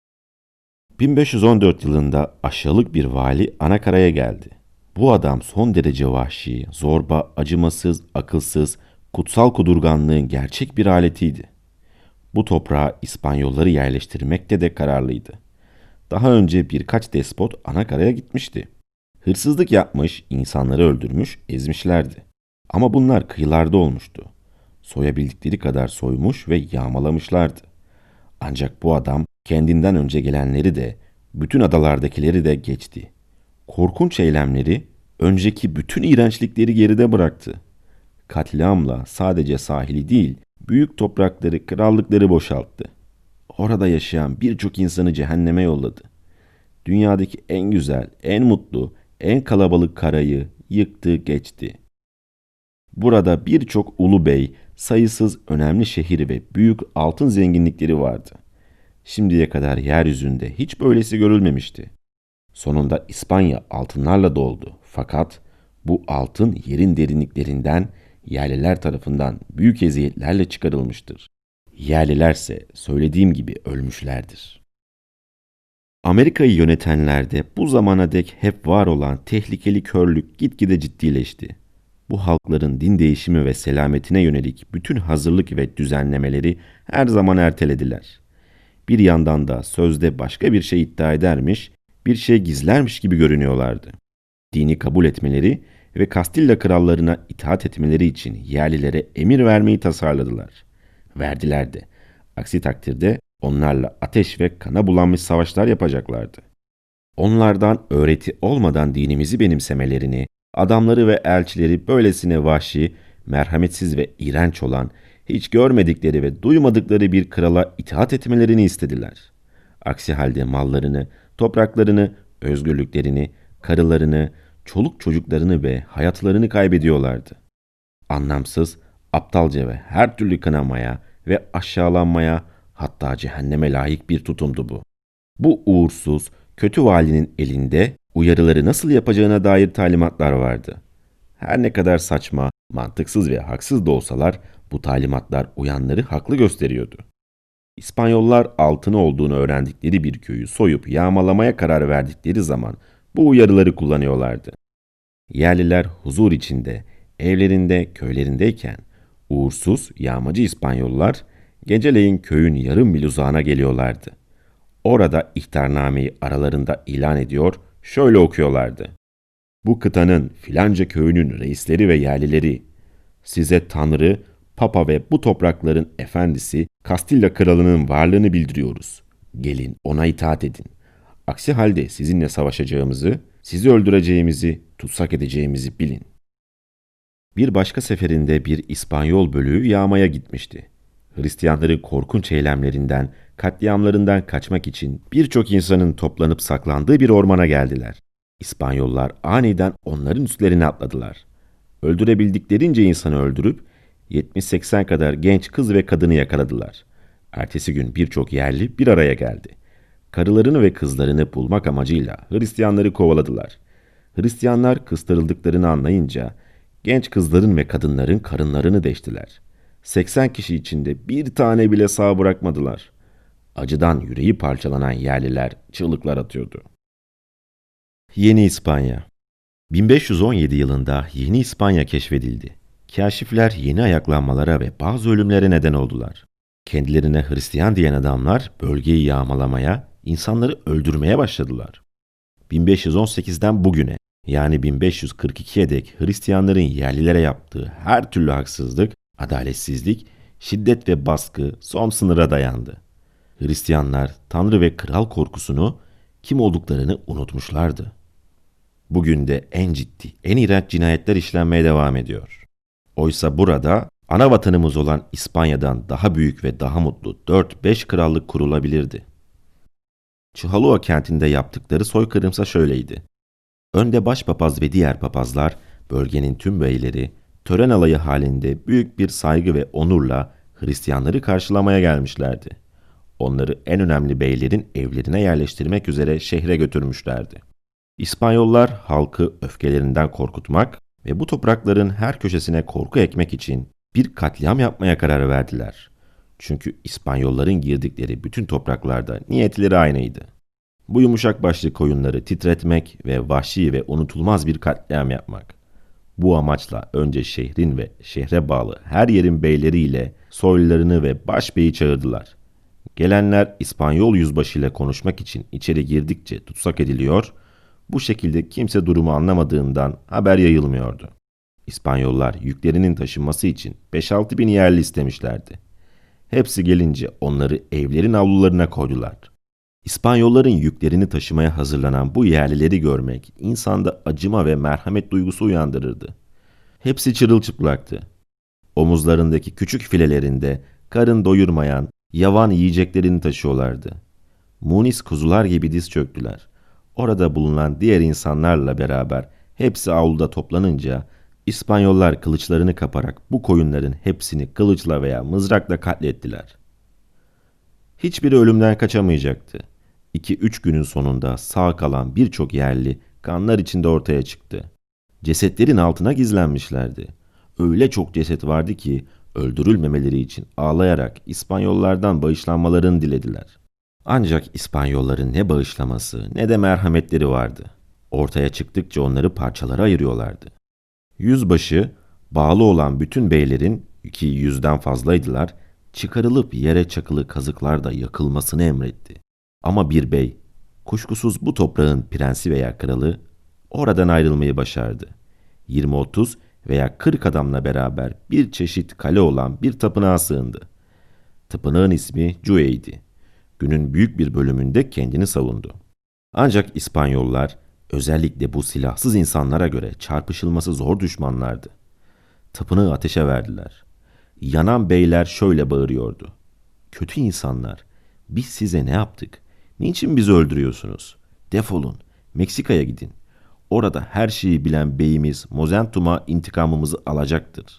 bin beş yüz on dört yılında aşağılık bir vali Anakara'ya geldi. Bu adam son derece vahşi, zorba, acımasız, akılsız, kutsal kudurganlığın gerçek bir aletiydi. Bu toprağa İspanyolları yerleştirmekte de kararlıydı. Daha önce birkaç despot Anakara'ya gitmişti. Hırsızlık yapmış, insanları öldürmüş, ezmişlerdi. Ama bunlar kıyılarda olmuştu. Soyabildikleri kadar soymuş ve yağmalamışlardı. Ancak bu adam kendinden önce gelenleri de, bütün adalardakileri de geçti. Korkunç eylemleri, önceki bütün iğrençlikleri geride bıraktı. Katliamla sadece sahili değil, büyük toprakları, krallıkları boşalttı. Orada yaşayan birçok insanı cehenneme yolladı. Dünyadaki en güzel, en mutlu, en kalabalık karayı yıktı geçti. Burada birçok ulu bey, sayısız önemli şehir ve büyük altın zenginlikleri vardı. Şimdiye kadar yeryüzünde hiç böylesi görülmemişti. Sonunda İspanya altınlarla doldu. Fakat bu altın yerin derinliklerinden yerliler tarafından büyük eziyetlerle çıkarılmıştır. Yerlilerse söylediğim gibi ölmüşlerdir. Amerika'yı yönetenlerde bu zamana dek hep var olan tehlikeli körlük gitgide ciddileşti. Bu halkların din değişimi ve selametine yönelik bütün hazırlık ve düzenlemeleri her zaman ertelediler. Bir yandan da sözde başka bir şey iddia edermiş, bir şey gizlermiş gibi görünüyorlardı. Dini kabul etmeleri ve Kastilla krallarına itaat etmeleri için yerlilere emir vermeyi tasarladılar. Verdiler de. Aksi takdirde onlarla ateş ve kana bulanmış savaşlar yapacaklardı. Onlardan öğreti olmadan dinimizi benimsemelerini, adamları ve elçileri böylesine vahşi, merhametsiz ve iğrenç olan, hiç görmedikleri ve duymadıkları bir krala itaat etmelerini istediler. Aksi halde mallarını, topraklarını, özgürlüklerini, karılarını, çoluk çocuklarını ve hayatlarını kaybediyorlardı. Anlamsız, aptalca ve her türlü kınamaya ve aşağılanmaya, hatta cehenneme layık bir tutumdu bu. Bu uğursuz, kötü valinin elinde uyarıları nasıl yapacağına dair talimatlar vardı. Her ne kadar saçma, mantıksız ve haksız da olsalar bu talimatlar uyanları haklı gösteriyordu. İspanyollar altını olduğunu öğrendikleri bir köyü soyup yağmalamaya karar verdikleri zaman bu uyarıları kullanıyorlardı. Yerliler huzur içinde, evlerinde, köylerindeyken uğursuz, yağmacı İspanyollar geceleyin köyün yarım mil uzağına geliyorlardı. Orada ihtarnameyi aralarında ilan ediyor, şöyle okuyorlardı. Bu kıtanın filanca köyünün reisleri ve yerlileri, size Tanrı, Papa ve bu toprakların efendisi Kastilla kralının varlığını bildiriyoruz. Gelin ona itaat edin. Aksi halde sizinle savaşacağımızı, sizi öldüreceğimizi, tutsak edeceğimizi bilin. Bir başka seferinde bir İspanyol bölüğü yağmaya gitmişti. Hristiyanların korkunç eylemlerinden, katliamlarından kaçmak için birçok insanın toplanıp saklandığı bir ormana geldiler. İspanyollar aniden onların üstlerine atladılar. Öldürebildiklerince insanı öldürüp yetmiş seksen kadar genç kız ve kadını yakaladılar. Ertesi gün birçok yerli bir araya geldi. Karılarını ve kızlarını bulmak amacıyla Hristiyanları kovaladılar. Hristiyanlar kıstırıldıklarını anlayınca genç kızların ve kadınların karınlarını deştiler. seksen kişi içinde bir tane bile sağ bırakmadılar. Acıdan yüreği parçalanan yerliler çığlıklar atıyordu. Yeni İspanya. bin beş yüz on yedi yılında Yeni İspanya keşfedildi. Kaşifler yeni ayaklanmalara ve bazı ölümlere neden oldular. Kendilerine Hristiyan diyen adamlar bölgeyi yağmalamaya, insanları öldürmeye başladılar. bin beş yüz on sekizden bugüne, yani bin beş yüz kırk ikiye dek Hristiyanların yerlilere yaptığı her türlü haksızlık, adaletsizlik, şiddet ve baskı son sınıra dayandı. Hristiyanlar Tanrı ve kral korkusunu, kim olduklarını unutmuşlardı. Bugün de en ciddi, en iğrenç cinayetler işlenmeye devam ediyor. Oysa burada ana vatanımız olan İspanya'dan daha büyük ve daha mutlu dört beş krallık kurulabilirdi. Chihuahua kentinde yaptıkları soykırımsa şöyleydi. Önde başpapaz ve diğer papazlar, bölgenin tüm beyleri, tören alayı halinde büyük bir saygı ve onurla Hristiyanları karşılamaya gelmişlerdi. Onları en önemli beylerin evlerine yerleştirmek üzere şehre götürmüşlerdi. İspanyollar halkı öfkelerinden korkutmak ve bu toprakların her köşesine korku ekmek için bir katliam yapmaya karar verdiler. Çünkü İspanyolların girdikleri bütün topraklarda niyetleri aynıydı. Bu yumuşak başlı koyunları titretmek ve vahşi ve unutulmaz bir katliam yapmak. Bu amaçla önce şehrin ve şehre bağlı her yerin beyleriyle soylularını ve başbeyi çağırdılar. Gelenler İspanyol yüzbaşıyla konuşmak için içeri girdikçe tutsak ediliyor, bu şekilde kimse durumu anlamadığından haber yayılmıyordu. İspanyollar yüklerinin taşınması için beş altı bin yerli istemişlerdi. Hepsi gelince onları evlerin avlularına koydular. İspanyolların yüklerini taşımaya hazırlanan bu yerlileri görmek insanda acıma ve merhamet duygusu uyandırırdı. Hepsi çırılçıplaktı. Omuzlarındaki küçük filelerinde karın doyurmayan, yavan yiyeceklerini taşıyorlardı. Munis kuzular gibi diz çöktüler. Orada bulunan diğer insanlarla beraber hepsi avluda toplanınca İspanyollar kılıçlarını kaparak bu koyunların hepsini kılıçla veya mızrakla katlettiler. Hiçbiri ölümden kaçamayacaktı. iki üç günün sonunda sağ kalan birçok yerli kanlar içinde ortaya çıktı. Cesetlerin altına gizlenmişlerdi. Öyle çok ceset vardı ki öldürülmemeleri için ağlayarak İspanyollardan bağışlanmalarını dilediler. Ancak İspanyolların ne bağışlaması ne de merhametleri vardı. Ortaya çıktıkça onları parçalara ayırıyorlardı. Yüzbaşı, bağlı olan bütün beylerin, ki yüzden fazlaydılar, çıkarılıp yere çakılı kazıklarda yakılmasını emretti. Ama bir bey, kuşkusuz bu toprağın prensi veya kralı, oradan ayrılmayı başardı. yirmi otuz veya kırk adamla beraber bir çeşit kale olan bir tapınağa sığındı. Tapınağın ismi Cuey'di. Günün büyük bir bölümünde kendini savundu. Ancak İspanyollar, özellikle bu silahsız insanlara göre çarpışılması zor düşmanlardı. Tapınağı ateşe verdiler. Yanan beyler şöyle bağırıyordu. Kötü insanlar, biz size ne yaptık? Niçin bizi öldürüyorsunuz? Defolun, Meksika'ya gidin. Orada her şeyi bilen beyimiz Mozentum'a intikamımızı alacaktır.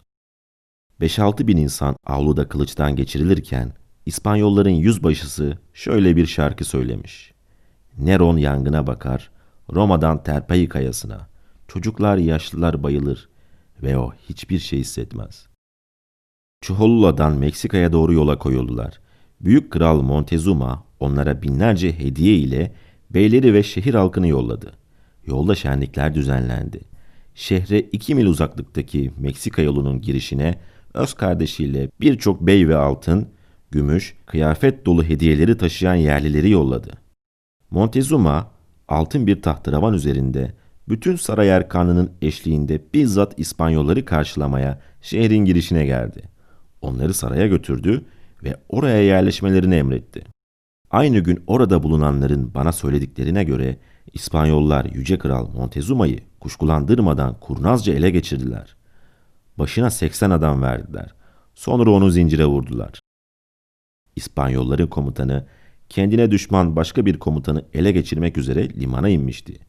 beş altı bin insan avluda kılıçtan geçirilirken, İspanyolların yüzbaşısı şöyle bir şarkı söylemiş. Neron yangına bakar, Roma'dan Terpayi kayasına, çocuklar yaşlılar bayılır ve o hiçbir şey hissetmez. Chihuahua'dan Meksika'ya doğru yola koyuldular. Büyük Kral Montezuma onlara binlerce hediye ile beyleri ve şehir halkını yolladı. Yolda şenlikler düzenlendi. Şehre iki mil uzaklıktaki Meksika yolunun girişine öz kardeşiyle birçok bey ve altın, gümüş, kıyafet dolu hediyeleri taşıyan yerlileri yolladı. Montezuma, altın bir tahterevan üzerinde, bütün saray erkanının eşliğinde bizzat İspanyolları karşılamaya şehrin girişine geldi. Onları saraya götürdü ve oraya yerleşmelerini emretti. Aynı gün orada bulunanların bana söylediklerine göre İspanyollar Yüce Kral Montezuma'yı kuşkulandırmadan kurnazca ele geçirdiler. Başına seksen adam verdiler. Sonra onu zincire vurdular. İspanyolların komutanı kendine düşman başka bir komutanı ele geçirmek üzere limana inmişti.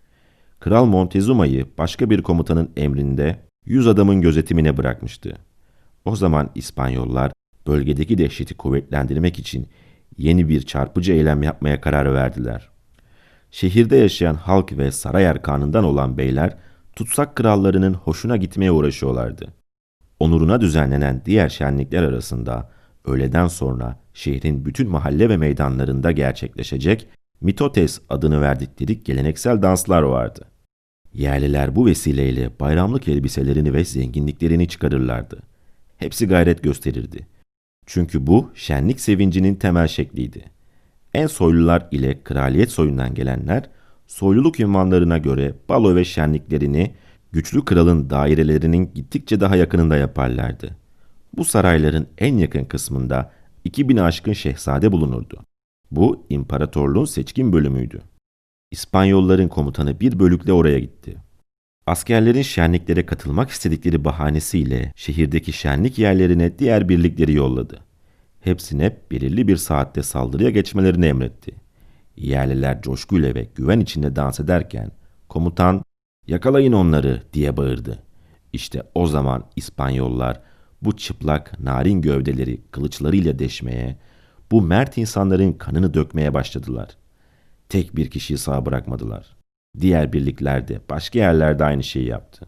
Kral Montezuma'yı başka bir komutanın emrinde yüz adamın gözetimine bırakmıştı. O zaman İspanyollar bölgedeki dehşeti kuvvetlendirmek için yeni bir çarpıcı eylem yapmaya karar verdiler. Şehirde yaşayan halk ve saray erkanından olan beyler tutsak krallarının hoşuna gitmeye uğraşıyorlardı. Onuruna düzenlenen diğer şenlikler arasında öğleden sonra şehrin bütün mahalle ve meydanlarında gerçekleşecek mitotes adını verdikleri geleneksel danslar vardı. Yerliler bu vesileyle bayramlık elbiselerini ve zenginliklerini çıkarırlardı. Hepsi gayret gösterirdi. Çünkü bu şenlik sevincinin temel şekliydi. En soylular ile kraliyet soyundan gelenler, soyluluk ünvanlarına göre balo ve şenliklerini güçlü kralın dairelerinin gittikçe daha yakınında yaparlardı. Bu sarayların en yakın kısmında iki bin aşkın şehzade bulunurdu. Bu imparatorluğun seçkin bölümüydü. İspanyolların komutanı bir bölükle oraya gitti. Askerlerin şenliklere katılmak istedikleri bahanesiyle şehirdeki şenlik yerlerine diğer birlikleri yolladı. Hepsine belirli bir saatte saldırıya geçmelerini emretti. Yerliler coşkuyla ve güven içinde dans ederken komutan "Yakalayın onları!" diye bağırdı. İşte o zaman İspanyollar bu çıplak, narin gövdeleri kılıçlarıyla deşmeye, bu mert insanların kanını dökmeye başladılar. Tek bir kişiyi sağ bırakmadılar. Diğer birlikler de başka yerlerde aynı şeyi yaptı.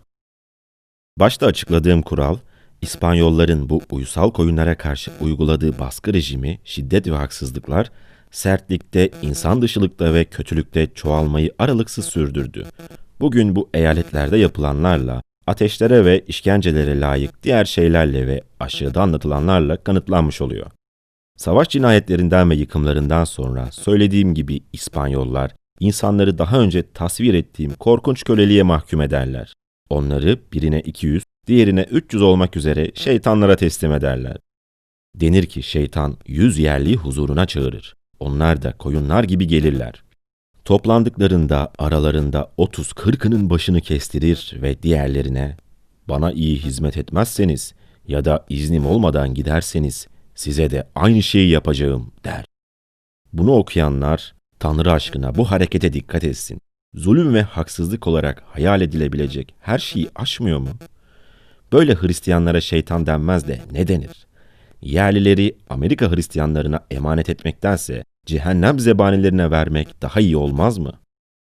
Başta açıkladığım kural, İspanyolların bu uysal koyunlara karşı uyguladığı baskı rejimi, şiddet ve haksızlıklar, sertlikte, insan dışılıkta ve kötülükte çoğalmayı aralıksız sürdürdü. Bugün bu eyaletlerde yapılanlarla, ateşlere ve işkencelere layık diğer şeylerle ve aşağıda anlatılanlarla kanıtlanmış oluyor. Savaş cinayetlerinden ve yıkımlarından sonra söylediğim gibi İspanyollar, insanları daha önce tasvir ettiğim korkunç köleliğe mahkum ederler. Onları birine iki yüz, diğerine üç yüz olmak üzere şeytanlara teslim ederler. Denir ki şeytan yüz yerliyi huzuruna çağırır. Onlar da koyunlar gibi gelirler. Toplandıklarında aralarında otuz kırkının başını kestirir ve diğerlerine "Bana iyi hizmet etmezseniz ya da iznim olmadan giderseniz size de aynı şeyi yapacağım" der. Bunu okuyanlar Tanrı aşkına bu harekete dikkat etsin. Zulüm ve haksızlık olarak hayal edilebilecek her şeyi aşmıyor mu? Böyle Hristiyanlara şeytan denmez de ne denir? Yerlileri Amerika Hristiyanlarına emanet etmektense cehennem zebanilerine vermek daha iyi olmaz mı?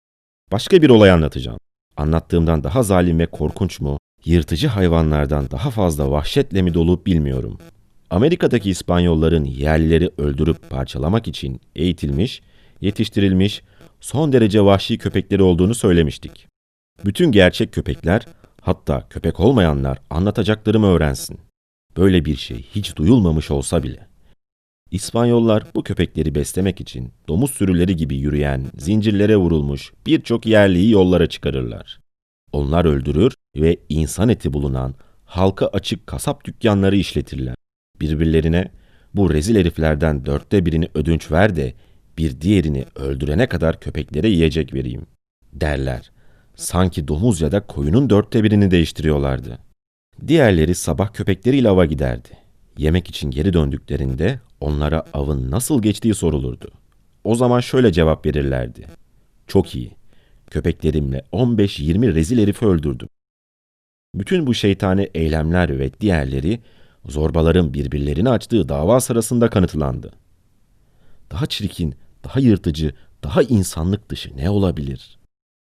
Başka bir olay anlatacağım. Anlattığımdan daha zalim ve korkunç mu, yırtıcı hayvanlardan daha fazla vahşetle mi dolu bilmiyorum. Amerika'daki İspanyolların yerlileri öldürüp parçalamak için eğitilmiş, yetiştirilmiş, son derece vahşi köpekleri olduğunu söylemiştik. Bütün gerçek köpekler, hatta köpek olmayanlar anlatacaklarımı öğrensin. Böyle bir şey hiç duyulmamış olsa bile. İspanyollar bu köpekleri beslemek için domuz sürüleri gibi yürüyen, zincirlere vurulmuş birçok yerliyi yollara çıkarırlar. Onlar öldürür ve insan eti bulunan halka açık kasap dükkanları işletirler. Birbirlerine "Bu rezil heriflerden dörtte birini ödünç ver de bir diğerini öldürene kadar köpeklere yiyecek vereyim" derler. Sanki domuz ya da koyunun dörtte birini değiştiriyorlardı. Diğerleri sabah köpekleriyle ava giderdi. Yemek için geri döndüklerinde onlara avın nasıl geçtiği sorulurdu. O zaman şöyle cevap verirlerdi: "Çok iyi, köpeklerimle on beş yirmi rezil herifi öldürdüm." Bütün bu şeytani eylemler ve diğerleri zorbaların birbirlerini açtığı dava sırasında kanıtlandı. Daha çirkin, daha yırtıcı, daha insanlık dışı ne olabilir?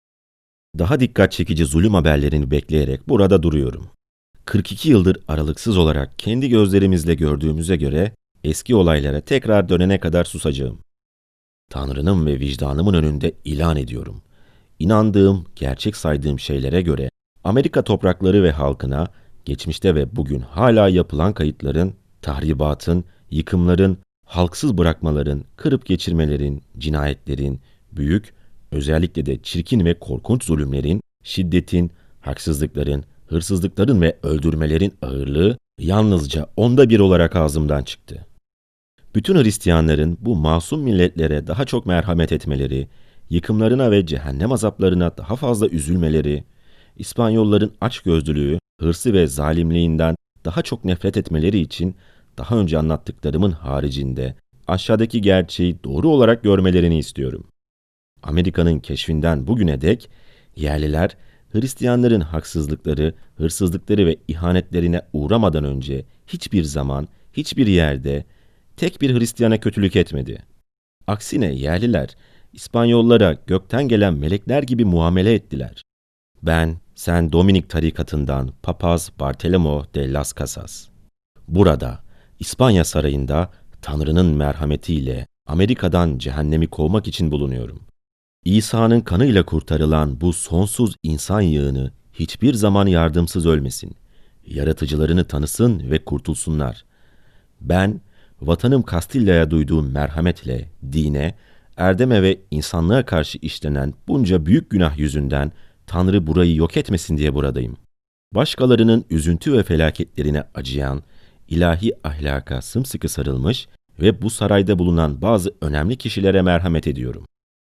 Daha dikkat çekici zulüm haberlerini bekleyerek burada duruyorum. kırk iki yıldır aralıksız olarak kendi gözlerimizle gördüğümüze göre eski olaylara tekrar dönene kadar susacağım. Tanrı'nın ve vicdanımın önünde ilan ediyorum. İnandığım, gerçek saydığım şeylere göre Amerika toprakları ve halkına geçmişte ve bugün hala yapılan kayıtların, tahribatın, yıkımların, halksız bırakmaların, kırıp geçirmelerin, cinayetlerin, büyük, özellikle de çirkin ve korkunç zulümlerin, şiddetin, haksızlıkların, hırsızlıkların ve öldürmelerin ağırlığı yalnızca onda bir olarak ağzımdan çıktı. Bütün Hristiyanların bu masum milletlere daha çok merhamet etmeleri, yıkımlarına ve cehennem azaplarına daha fazla üzülmeleri, İspanyolların açgözlülüğü, hırsı ve zalimliğinden daha çok nefret etmeleri için daha önce anlattıklarımın haricinde aşağıdaki gerçeği doğru olarak görmelerini istiyorum. Amerika'nın keşfinden bugüne dek yerliler Hristiyanların haksızlıkları, hırsızlıkları ve ihanetlerine uğramadan önce hiçbir zaman, hiçbir yerde tek bir Hristiyana kötülük etmedi. Aksine yerliler İspanyollara gökten gelen melekler gibi muamele ettiler. Ben, Saint Dominik tarikatından Papaz Bartolomé de las Casas. Burada, İspanya sarayında Tanrı'nın merhametiyle Amerika'dan cehennemi kovmak için bulunuyorum. İsa'nın kanıyla kurtarılan bu sonsuz insan yığını hiçbir zaman yardımsız ölmesin. Yaratıcılarını tanısın ve kurtulsunlar. Ben, vatanım Kastilya'ya duyduğum merhametle dine, erdeme ve insanlığa karşı işlenen bunca büyük günah yüzünden Tanrı burayı yok etmesin diye buradayım. Başkalarının üzüntü ve felaketlerine acıyan, ilahi ahlaka sımsıkı sarılmış ve bu sarayda bulunan bazı önemli kişilere merhamet ediyorum.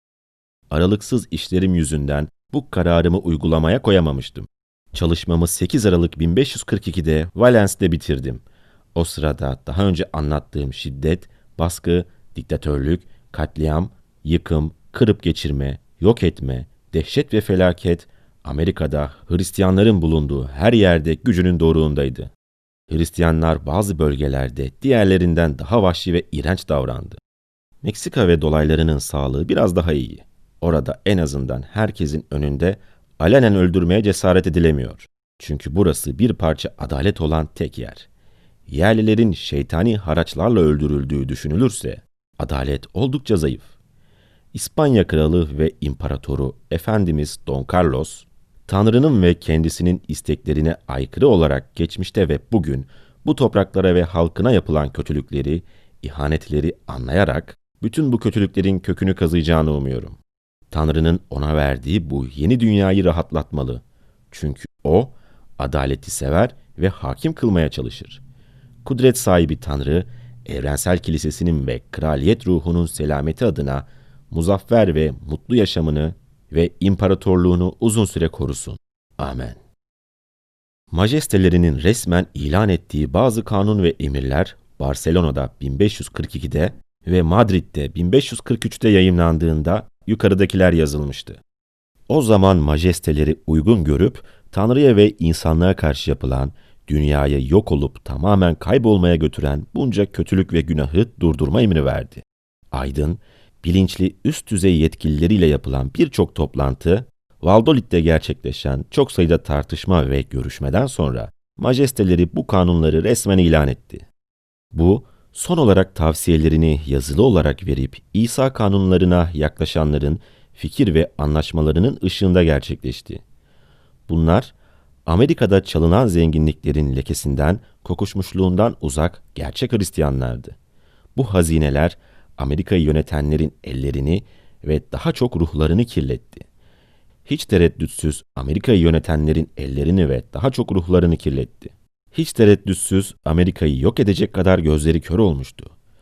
Aralıksız işlerim yüzünden bu kararımı uygulamaya koyamamıştım. Çalışmamı sekiz Aralık bin beş yüz kırk iki'de Valence'de bitirdim. O sırada daha önce anlattığım şiddet, baskı, diktatörlük, katliam, yıkım, kırıp geçirme, yok etme, dehşet ve felaket Amerika'da Hristiyanların bulunduğu her yerde gücünün doruğundaydı. Hristiyanlar bazı bölgelerde diğerlerinden daha vahşi ve iğrenç davrandı. Meksika ve dolaylarının sağlığı biraz daha iyi. Orada en azından herkesin önünde alenen öldürmeye cesaret edilemiyor. Çünkü burası bir parça adalet olan tek yer. Yerlilerin şeytani haraçlarla öldürüldüğü düşünülürse adalet oldukça zayıf. İspanya kralı ve imparatoru Efendimiz Don Carlos, Tanrı'nın ve kendisinin isteklerine aykırı olarak geçmişte ve bugün bu topraklara ve halkına yapılan kötülükleri, ihanetleri anlayarak bütün bu kötülüklerin kökünü kazıyacağını umuyorum. Tanrı'nın ona verdiği bu yeni dünyayı rahatlatmalı. Çünkü o, adaleti sever ve hakim kılmaya çalışır. Kudret sahibi Tanrı, evrensel kilisesinin ve kraliyet ruhunun selameti adına muzaffer ve mutlu yaşamını ve imparatorluğunu uzun süre korusun. Amen. Majestelerinin resmen ilan ettiği bazı kanun ve emirler Barcelona'da bin beş yüz kırk iki'de ve Madrid'de bin beş yüz kırk üç'te yayımlandığında yukarıdakiler yazılmıştı. O zaman majesteleri uygun görüp Tanrı'ya ve insanlığa karşı yapılan, dünyayı yok olup tamamen kaybolmaya götüren bunca kötülük ve günahı durdurma emri verdi. Aydın, bilinçli üst düzey yetkilileriyle yapılan birçok toplantı, Valladolid'de gerçekleşen çok sayıda tartışma ve görüşmeden sonra majesteleri bu kanunları resmen ilan etti. Bu, son olarak tavsiyelerini yazılı olarak verip İsa kanunlarına yaklaşanların fikir ve anlaşmalarının ışığında gerçekleşti. Bunlar, Amerika'da çalınan zenginliklerin lekesinden, kokuşmuşluğundan uzak gerçek Hristiyanlardı. Bu hazineler, Amerika'yı yönetenlerin ellerini ve daha çok ruhlarını kirletti. Hiç tereddütsüz Amerika'yı yönetenlerin ellerini ve daha çok ruhlarını kirletti. Hiç tereddütsüz Amerika'yı yok edecek kadar gözleri kör olmuştu.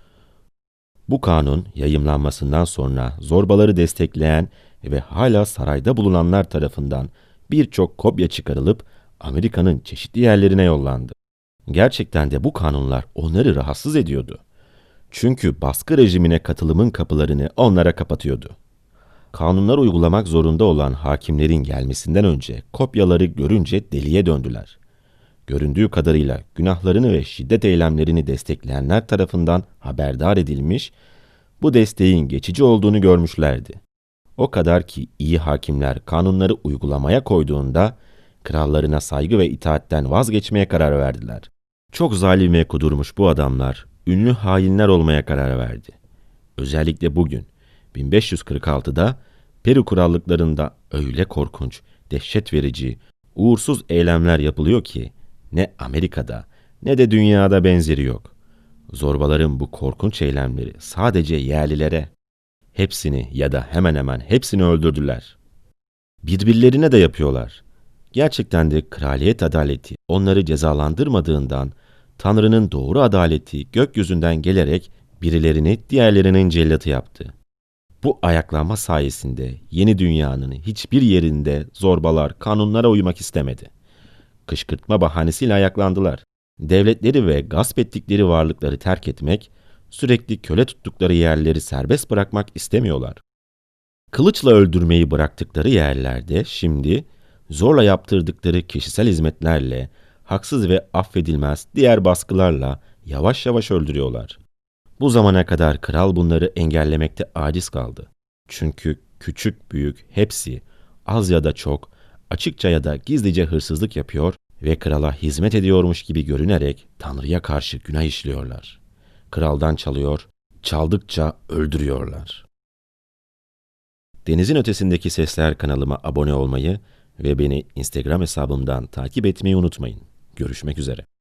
Bu kanun yayımlanmasından sonra zorbaları destekleyen ve hala sarayda bulunanlar tarafından birçok kopya çıkarılıp Amerika'nın çeşitli yerlerine yollandı. Gerçekten de bu kanunlar onları rahatsız ediyordu. Çünkü baskı rejimine katılımın kapılarını onlara kapatıyordu. Kanunlar uygulamak zorunda olan hakimlerin gelmesinden önce kopyaları görünce deliye döndüler. Göründüğü kadarıyla günahlarını ve şiddet eylemlerini destekleyenler tarafından haberdar edilmiş, bu desteğin geçici olduğunu görmüşlerdi. O kadar ki iyi hakimler kanunları uygulamaya koyduğunda krallarına saygı ve itaatten vazgeçmeye karar verdiler. Çok zalim ve kudurmuş bu adamlar ünlü hainler olmaya karar verdi. Özellikle bugün bin beş yüz kırk altı'da Peru krallıklarında öyle korkunç, dehşet verici, uğursuz eylemler yapılıyor ki ne Amerika'da ne de dünyada benzeri yok. Zorbaların bu korkunç eylemleri sadece yerlilere, hepsini ya da hemen hemen hepsini öldürdüler. Birbirlerine de yapıyorlar. Gerçekten de kraliyet adaleti onları cezalandırmadığından Tanrı'nın doğru adaleti gökyüzünden gelerek birilerini diğerlerinin cellatı yaptı. Bu ayaklanma sayesinde yeni dünyanın hiçbir yerinde zorbalar kanunlara uymak istemedi. Kışkırtma bahanesiyle ayaklandılar. Devletleri ve gasp ettikleri varlıkları terk etmek, sürekli köle tuttukları yerleri serbest bırakmak istemiyorlar. Kılıçla öldürmeyi bıraktıkları yerlerde şimdi zorla yaptırdıkları kişisel hizmetlerle, haksız ve affedilmez diğer baskılarla yavaş yavaş öldürüyorlar. Bu zamana kadar kral bunları engellemekte aciz kaldı. Çünkü küçük büyük hepsi az ya da çok, açıkça ya da gizlice hırsızlık yapıyor ve krala hizmet ediyormuş gibi görünerek Tanrı'ya karşı günah işliyorlar. kraldan çalıyor, çaldıkça öldürüyorlar. Denizin Ötesindeki Sesler kanalıma abone olmayı ve beni Instagram hesabımdan takip etmeyi unutmayın. Görüşmek üzere.